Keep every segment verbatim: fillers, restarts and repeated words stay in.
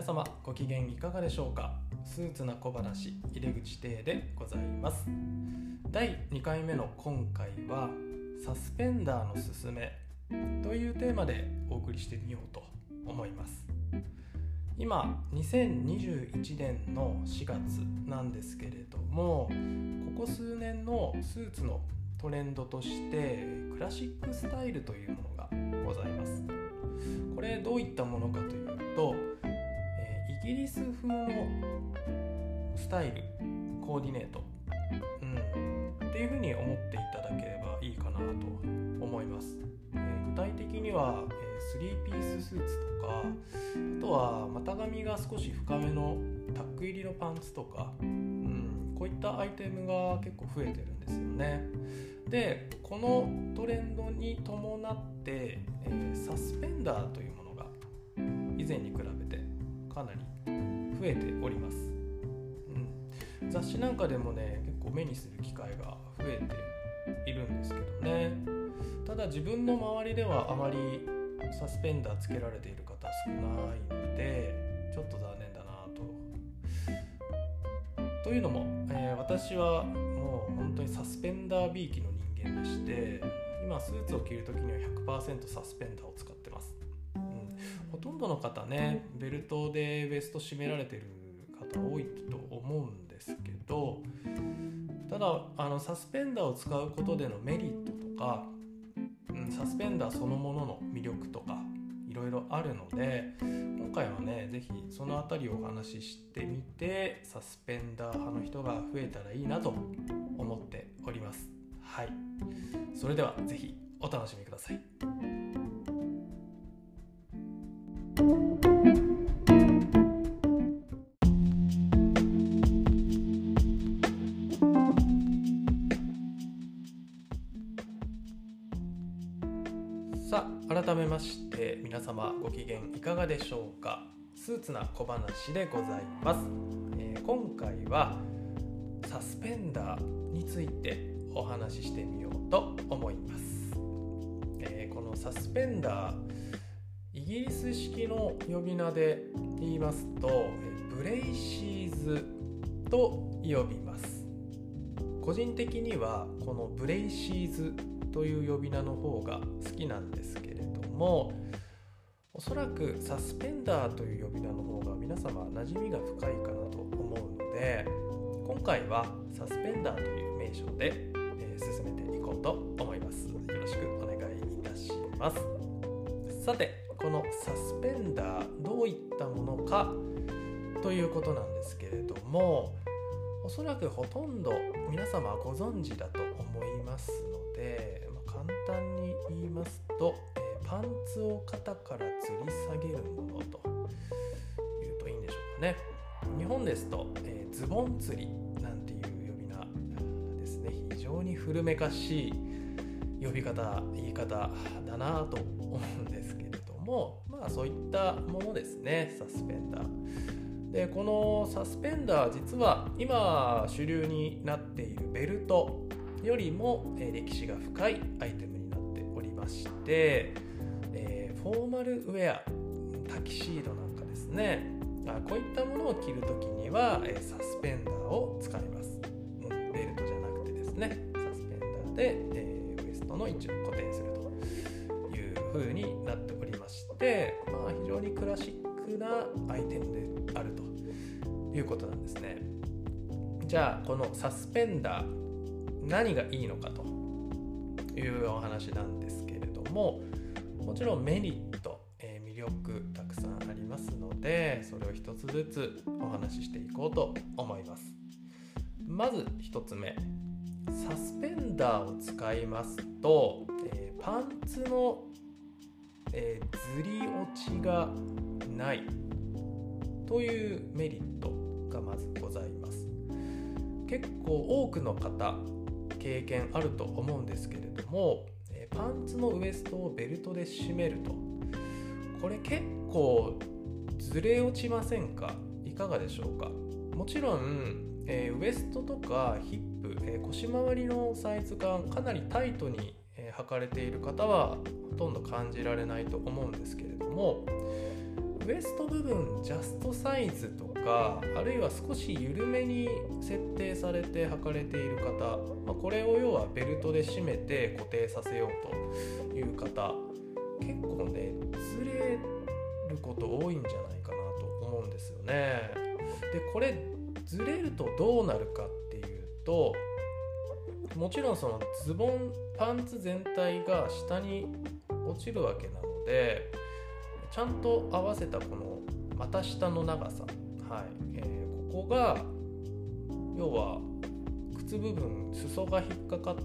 様ご機嫌いかがでしょうか。スーツな小話入れ口亭でございます。だいにかいめの今回はサスペンダーのすすめというテーマでお送りしてみようと思います。今にせんにじゅういちねんのしがつなんですけれども、ここ数年のスーツのトレンドとしてクラシックスタイルというものがございます。これどういったものかというと、えー、イギリス風のスタイルコーディネート、うん、っていうふうに思っていただければいいかなと思います。えー、具体的には、えー、スリーピーススーツとか、あとは股上が少し深めのタック入りのパンツとか、うん、こういったアイテムが結構増えてるんですよね。で、このトレンドに伴って、えー、サスペンダーというものが以前に比べてかなり増えております。うん、雑誌なんかでもね、結構目にする機会が増えているんですけどね。ただ自分の周りではあまりサスペンダーつけられている方少ないので、ちょっと残念だなと。というのも、えー、私はもう本当にサスペンダーびいきの人間でして、今スーツを着るときには ひゃくパーセント サスペンダーを使ってます。うん、ほとんどの方ね、ベルトでウエスト締められてる方多いと思うんですけど、ただあのサスペンダーを使うことでのメリットとか、うん、サスペンダーそのものの魅力とかいろいろあるので、今回はね、ぜひそのあたりをお話ししてみて、サスペンダー派の人が増えたらいいなと思っております。はい、それではぜひお楽しみください。さあ、改めまして皆様ご機嫌いかがでしょうか。スーツな小話でございます。えー、今回はサスペンダーについてお話ししてみようと思います。えー、このサスペンダー、イギリス式の呼び名で言いますと、えー、ブレイシーズと呼びます。個人的にはこのブレイシーズという呼び名の方が好きなんですけれども、おそらくサスペンダーという呼び名の方が皆様馴染みが深いかなと思うので、今回はサスペンダーという名称で、えー、進めていこうと思います。よろしくお願いいたします。さて、このサスペンダーどういったものかということなんですけれども、おそらくほとんど皆様ご存知だと思いますので、まあ、簡単に言いますと、えー、パンツを肩から吊り下げるものと言うといいんでしょうかね。日本ですと、えー、ズボン吊りなんていう呼び名ですね。非常に古めかしい呼び方、言い方だなと思うんですけれども、まあそういったものですね、サスペンダー。で、このサスペンダー、実は今主流になっているベルトよりも、えー、歴史が深いアイテムになっておりまして、えー、フォーマルウェア、タキシードなんかですね、あこういったものを着るときには、えー、サスペンダーを使います。うん、ベルトじゃなくてですね、サスペンダーで、えー、ウエストの位置を固定するという風になっておりまして、まあ、非常にクラシックなアイテムであるということなんですね。じゃあこのサスペンダー、何がいいのかというお話なんですけれども、もちろんメリット、えー、魅力たくさんありますので、それを一つずつお話ししていこうと思います。まず一つ目、サスペンダーを使いますと、えー、パンツの、えー、ずり落ちがないというメリットがまずございます。結構多くの方経験あると思うんですけれども、えー、パンツのウエストをベルトで締めると、これ結構ずれ落ちませんか？いかがでしょうか？もちろん、えー、ウエストとかヒップ、えー、腰回りのサイズ感かなりタイトに、えー、履かれている方はほとんど感じられないと思うんですけれども、ウウエスト部分ジャストサイズとか、あるいは少し緩めに設定されて履かれている方、まあ、これを要はベルトで締めて固定させようという方、結構ねずれること多いんじゃないかなと思うんですよね。でこれずれるとどうなるかっていうと、もちろんそのズボンパンツ全体が下に落ちるわけなので、ちゃんと合わせたこの股下の長さ、はいえー、ここが要は靴部分裾が引っかかって、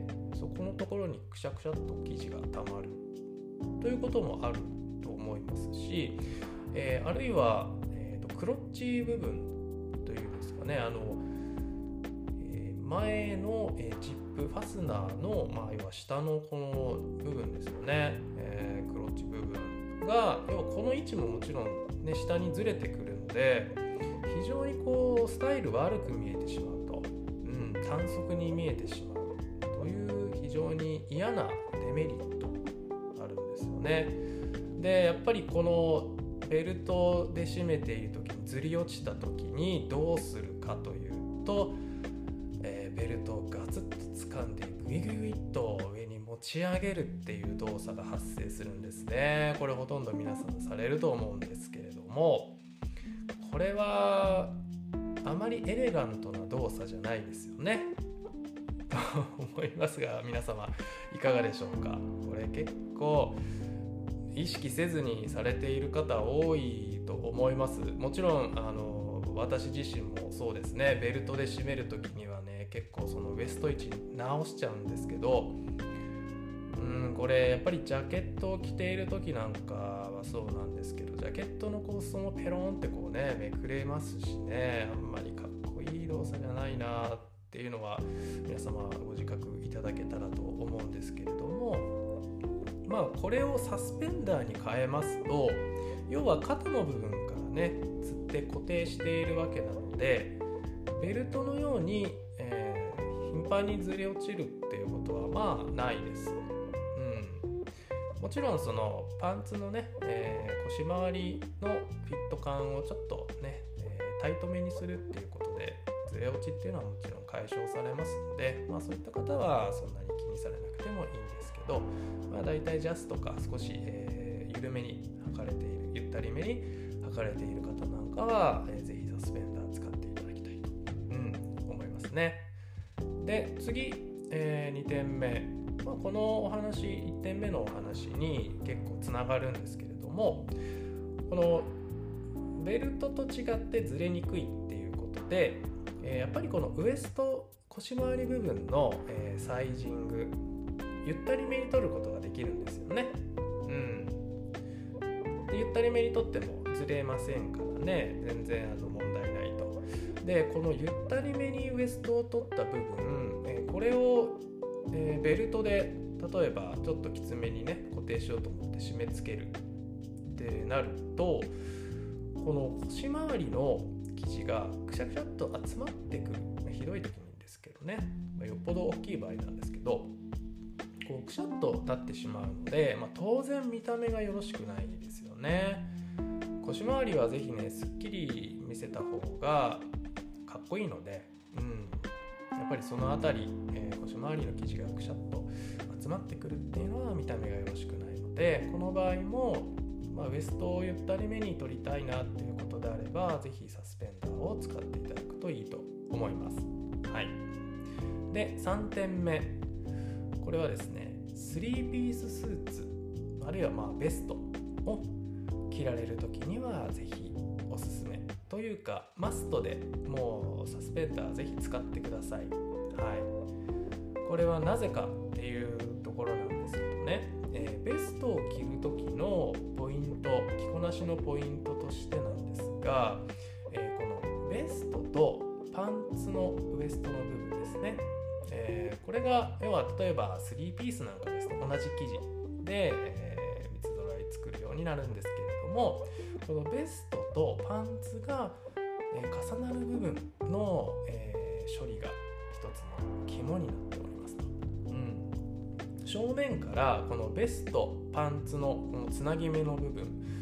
そこのところにくしゃくしゃっと生地がたまるということもあると思いますし、えー、あるいは、えーと、クロッチ部分というんですかね、あの、えー、前の、えー、ジップファスナーの、まあ、要は下のこの部分ですよね、えー、クロッチ部分が要はこの位置ももちろん、ね、下にずれてくるので、非常にこうスタイル悪く見えてしまうと、うん、短足に見えてしまうという非常に嫌なデメリットあるんですよね。でやっぱりこのベルトで締めている時にずり落ちた時にどうするかというと、えー、ベルトをガツッと掴んでグイグイグイっと上に持ち上げるっていう動作が発生するんですね。これほとんど皆さんされると思うんですけれども、これはあまりエレガントな動作じゃないですよねと思いますが、皆様いかがでしょうか。これ結構意識せずにされている方多いと思います。もちろんあの私自身もそうですね。ベルトで締めるときにはね、結構そのウエスト位置直しちゃうんですけど、うんこれやっぱりジャケットを着ている時なんかはそうなんですけど、ジャケットのこう裾もペロンってこうねめくれますしね、あんまりかっこいい動作じゃないなっていうのは皆様ご自覚いただけたらと思うんですけれども、まあこれをサスペンダーに変えますと、要は肩の部分からねつって固定しているわけなので、ベルトのように、えー、頻繁にずれ落ちるっていうことはまあないです。もちろんそのパンツのね、えー、腰回りのフィット感をちょっとね、えー、タイトめにするっていうことでずれ落ちっていうのはもちろん解消されますので、まあそういった方はそんなに気にされなくてもいいんですけど、まあ大体ジャストか少し、えー、緩めに履かれている、ゆったりめに履かれている方なんかは、えー、ぜひサスペンダー使っていただきたいと、うん、思いますね。で次、えー、にてんめ、まあ、このお話いってんめのお話に結構つながるんですけれども、このベルトと違ってずれにくいっていうことで、えー、やっぱりこのウエスト腰回り部分の、えー、サイジングゆったりめに取ることができるんですよね。うん。でゆったりめに取ってもずれませんからね、全然あの問題ないと。でこのゆったりめにウエストを取った部分、えー、これをえー、ベルトで例えばちょっときつめにね固定しようと思って締め付けるってなると、この腰回りの生地がくしゃくしゃっと集まってくる、ひどい時にですけどね、まあ、よっぽど大きい場合なんですけど、こうくしゃっと立ってしまうので、まあ、当然見た目がよろしくないですよね。腰回りはぜひねすっきり見せた方がかっこいいので、うんやっぱりそのあたり、えー、腰回りの生地がくしゃっと集まってくるっていうのは見た目がよろしくないので、この場合も、まあ、ウエストをゆったりめに取りたいなっていうことであれば、ぜひサスペンダーを使っていただくといいと思います。はい。でさんてんめ、これはですねスリーピーススーツあるいはまあベストを着られる時にはぜひおすすめというかマストでもうサスペンダーぜひ使ってください。はい。これはなぜかっていうところなんですけどね、えー、ベストを着る時のポイント、着こなしのポイントとしてなんですが、えー、このベストとパンツのウエストの部分ですね、えー、これが要は例えばスリーピースなんかですと同じ生地で、えー、三つ揃い作るようになるんですけれども、このベストとパンツが、えー、重なる部分の、えー、処理が一つの肝になっておりますと、うん、正面からこのベストパンツのこのつなぎ目の部分、ここ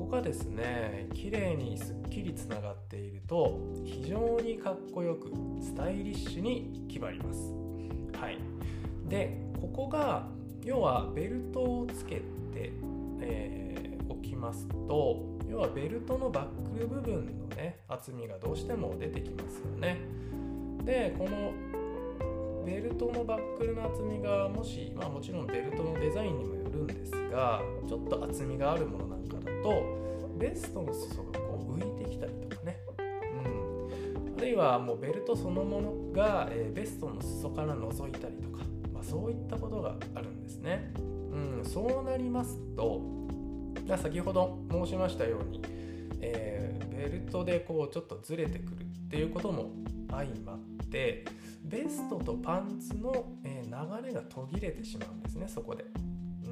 がですね綺麗にすっきりつながっていると非常にかっこよくスタイリッシュに決まります。はい。でここが要はベルトをつけて、えー、置きますと、要はベルトのバックル部分のね厚みがどうしても出てきますよね。でこのベルトのバックルの厚みがもし、まあ、もちろんベルトのデザインにもよるんですが、ちょっと厚みがあるものなんかだとベストの裾がこう浮いてきたりとかね、うん、あるいはもうベルトそのものが、えー、ベストの裾から覗いたりとか、まあ、そういったことがあるんですね。うん、そうなりますと、先ほど申しましたように、えー、ベルトでこうちょっとずれてくるっていうことも相まってベストとパンツの、えー、流れが途切れてしまうんですね、そこで、うん、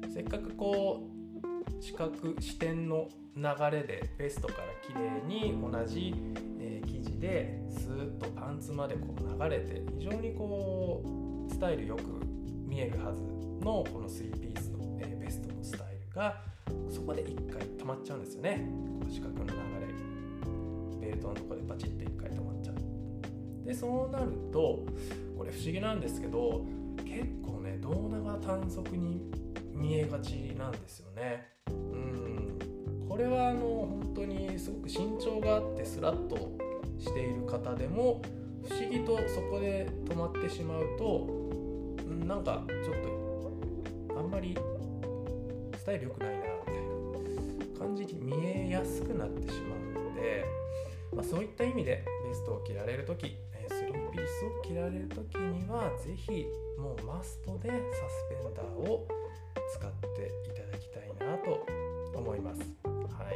せっかくこう視覚視点の流れでベストから綺麗に同じ、えー、生地でスーッとパンツまでこう流れて非常にこうスタイルよく見えるはずのこのスリーピースの、えー、ベストのスタイルがそこで一回止まっちゃうんですよね。この視覚の流れ、ベルトのところでバチッと一回止まっちゃう。でそうなるとこれ不思議なんですけど、結構ね胴長短足に見えがちなんですよね。うんこれはあの本当にすごく身長があってスラッとしている方でも不思議とそこで止まってしまうと、なんかちょっとあんまりスタイル良くないなみたいな感じに見えやすくなってしまうので、まあ、そういった意味でベストを着られるとき、スリーピースを着られるときにはぜひもうマストでサスペンダーを使っていただきたいなと思います。はい。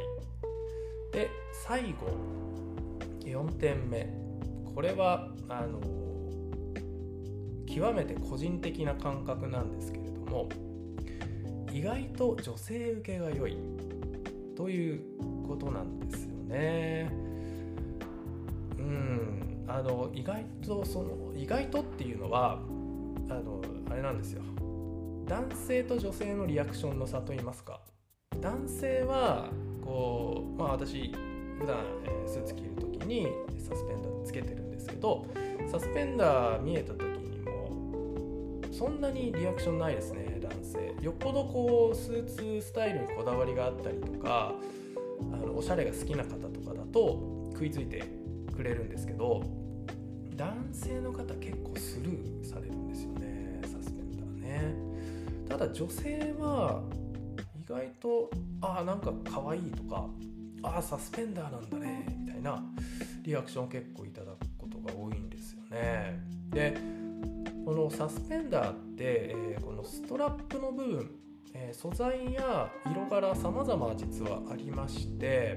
で最後よんてんめ、これはあの極めて個人的な感覚なんですけれども、意外と女性受けが良いということなんですよね。うんあの意外とその意外とっていうのはあのあれなんですよ。男性と女性のリアクションの差といいますか、男性はこう、まあ、私普段、えー、スーツ着るときにサスペンダーつけてるんですけど、サスペンダー見えたときにもそんなにリアクションないですね。男性よっぽどこうスーツスタイルにこだわりがあったりとか、あのおしゃれが好きな方とかだと食いついてくれるんですけど、男性の方結構スルーされるんですよね、サスペンダーね。ただ女性は意外とあなんか可愛いとか、あサスペンダーなんだねみたいなリアクションを結構いただくことが多いんですよね。でこのサスペンダーって、えー、このストラップの部分、えー、素材や色柄様々実はありまして、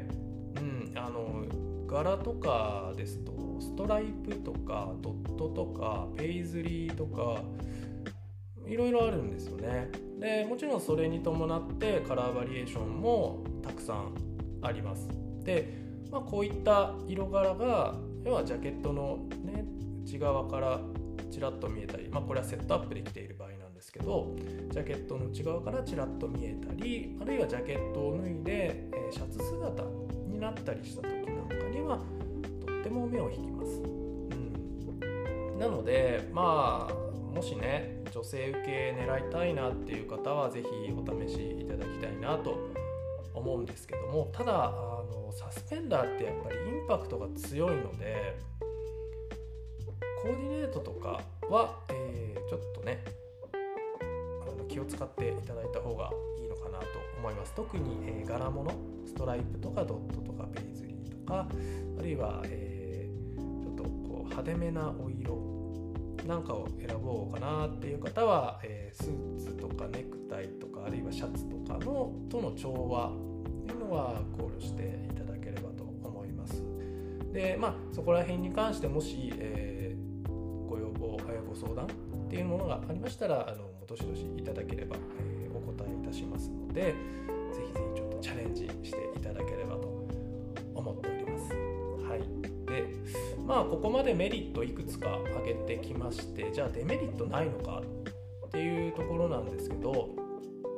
うん、あの柄とかですとストライプとかドットとかペイズリーとかいろいろあるんですよね。でもちろんそれに伴ってカラーバリエーションもたくさんあります。で、まあ、こういった色柄が要はジャケットの、ね、内側からちらっと見えたり、まあ、これはセットアップで着ている場合なんですけど、ジャケットの内側からちらっと見えたり、あるいはジャケットを脱いで、えー、シャツ姿になったりした時なんかにはとっても目を引きます。うん、なのでまあもしね女性受け狙いたいなっていう方はぜひお試しいただきたいなと思うんですけども、ただあのサスペンダーってやっぱりインパクトが強いのでコーディネートとかは、えー、ちょっとねあの気を使っていただいた方がいいのかなと思います。特に、えー、柄物ストライプとかドットとかペイズリーとか、あるいは、えー、ちょっとこう派手めなお色なんかを選ぼうかなっていう方は、えー、スーツとかネクタイとかあるいはシャツとかのとの調和っていうのは考慮していただければと思います。でまあそこら辺に関してもし、えー、ご要望、ご相談っていうものがありましたらあのどしどしいただければ、えー、お答えいたしますので、ぜひぜひちょっとチャレンジしていただければと思っております。はい。でまあここまでメリットいくつか挙げてきまして、じゃあデメリットないのかっていうところなんですけど、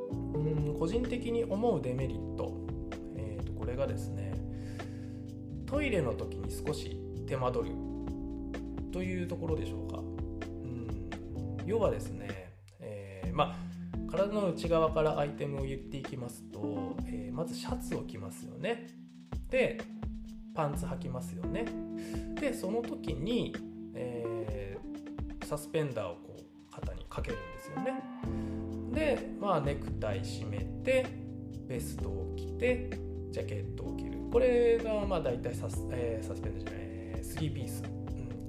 うん個人的に思うデメリット、えーとこれがですね、トイレの時に少し手間取るというところでしょうか。うん要はですね、えー、まあ体の内側からアイテムを言っていきますと、えー、まずシャツを着ますよね。でパンツ履きますよね。でその時に、えー、サスペンダーをこう肩にかけるんですよね。で、まあ、ネクタイ締めてベストを着てジャケットを着る。これがまあ大体サス、えー、サスペンダーじゃない、えー、スリーピース、うん、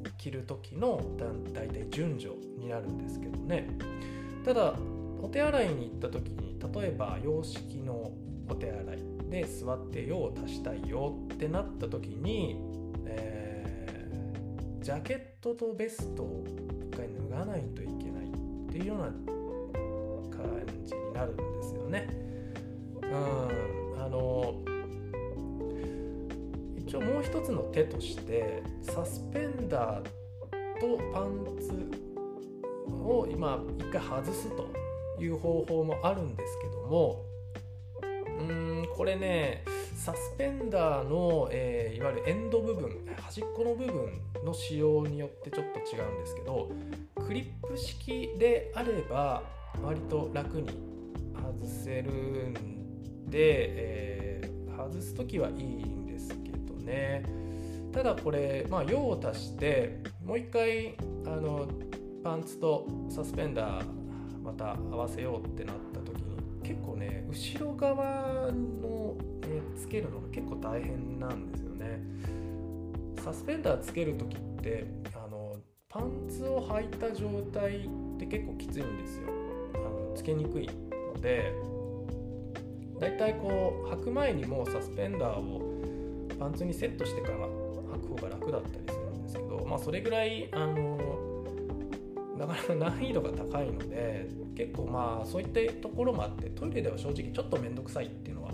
着る時のだ大体順序になるんですけどね。ただお手洗いに行った時に、例えば洋式のお手洗いで座って用を足したいよってなった時に、えー、ジャケットとベストを一回脱がないといけないっていうような感じになるんですよね。うんあの一応もう一つの手としてサスペンダーとパンツを今一回外すという方法もあるんですけども、うーんこれねサスペンダーの、えー、いわゆるエンド部分、端っこの部分の仕様によってちょっと違うんですけど、クリップ式であれば割と楽に外せるんで、えー、外すときはいいんですけどね。ただこれ、まあ、用を足してもう一回あのパンツとサスペンダーまた合わせようってなった時に結構ね後ろ側の、ね、つけるのが結構大変なんですよね。サスペンダーつける時ってあのパンツを履いた状態って結構きついんですよ。あのつけにくいので、だいたいこう履く前にもうサスペンダーをパンツにセットしてから履く方が楽だったりするんですけど、まあそれぐらいあのなかなか難易度が高いので、結構まあそういったところもあってトイレでは正直ちょっとめんどくさいっていうのは、うん、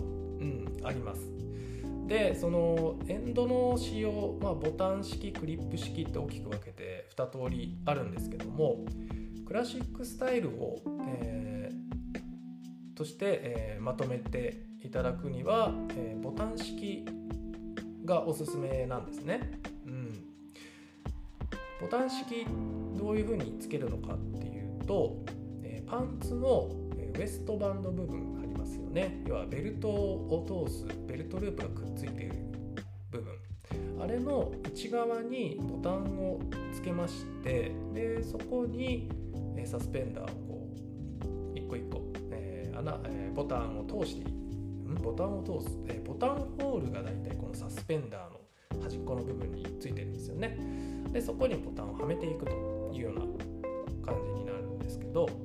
あります。でそのエンドの仕様、まあ、ボタン式クリップ式って大きく分けてに通りあるんですけども、クラシックスタイルを、えー、として、えー、まとめていただくには、えー、ボタン式がおすすめなんですね。うん、ボタン式どういう風につけるのかっていうと、えー、パンツのウエストバンド部分ありますよね。要はベルトを通すベルトループがくっついている部分、あれの内側にボタンをつけまして、でそこにサスペンダーをこう一個一個、えー穴えー、ボタンを通してボタンを通す、えー、ボタンホールがだいたいこのサスペンダーの端っこの部分についてるんですよね。でそこにボタンをはめていくというような感じになるんですけど、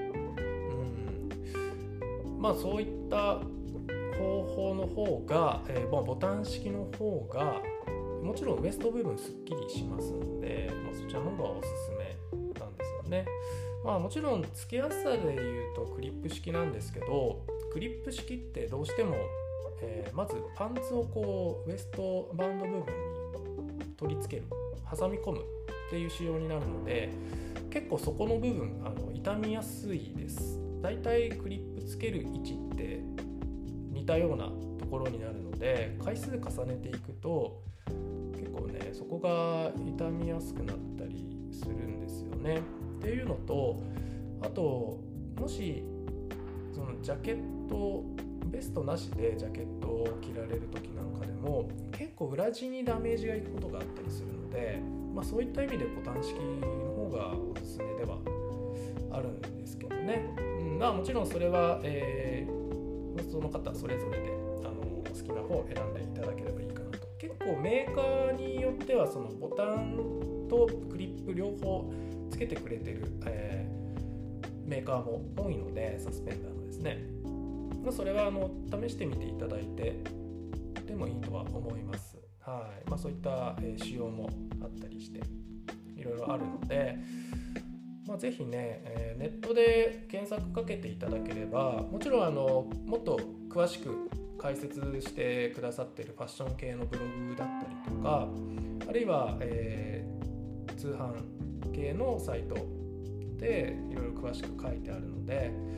うんまあそういった方法の方が、えーまあ、ボタン式の方がもちろんウエスト部分すっきりしますので、まあ、そちらの方がおすすめなんですよね。まあもちろん付けやすさで言うとクリップ式なんですけど、クリップ式ってどうしても、えー、まずパンツをこうウエストバンド部分に取り付ける、挟み込むっていう仕様になるので、結構そこの部分あの傷みやすいです。だいたいクリップつける位置って似たようなところになるので、回数重ねていくと結構ねそこが傷みやすくなったりするんですよね。っていうのと、あともしそのジャケットベストなしでジャケットを着られる時なんかでも結構裏地にダメージがいくことがあったりするので、まあ、そういった意味でボタン式の方がおすすめではあるんですけどね、うん、まあもちろんそれは、えー、その方それぞれであの好きな方を選んでいただければいいかなと。結構メーカーによってはそのボタンとクリップ両方つけてくれてる、えー、メーカーも多いので、サスペンダーのですね、まあ、それはあの試してみていただいてでもいいとは思います。はいまあ、そういった、えー、仕様もあったりしていろいろあるので、まあ、ぜひね、えー、ネットで検索かけていただければ、もちろんあのもっと詳しく解説してくださっているファッション系のブログだったりとか、あるいは、えー、通販系のサイトでいろいろ詳しく書いてあるので、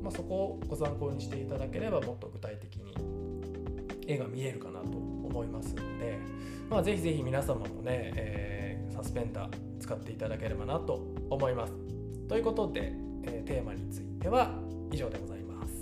まあ、そこをご参考にしていただければもっと具体的に絵が見えるかなと思いますので、まあ、ぜひぜひ皆様もね、えー、サスペンダー使っていただければなと思います。ということで、えー、テーマについては以上でございます。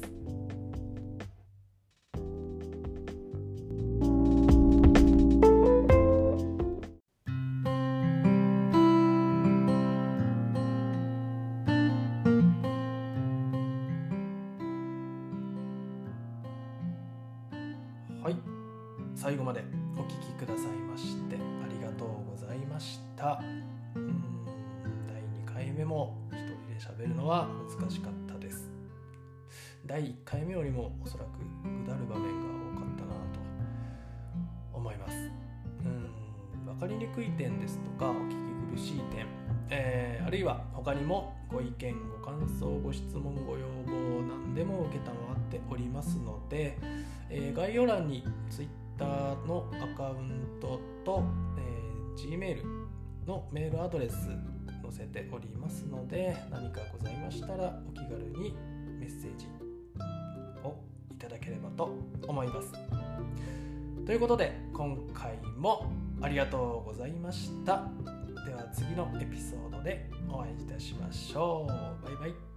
はい、最後までお聞きくださいましてありがとうございました。うーんだいにかいめも一人で喋るのは難しかったです。だいいっかいめよりもおそらくぐだる場面が多かったなと思います。うーん分かりにくい点ですとかお聞き苦しい点、えー、あるいは他にもご意見ご感想ご質問ご要望何でも承っておりますので、えー、概要欄に Twitter のアカウントと、えー、Gmail のメールアドレス載せておりますので、何かございましたらお気軽にメッセージをいただければと思います。ということで今回もありがとうございました。では次のエピソードでお会いいたしましょう。バイバイ。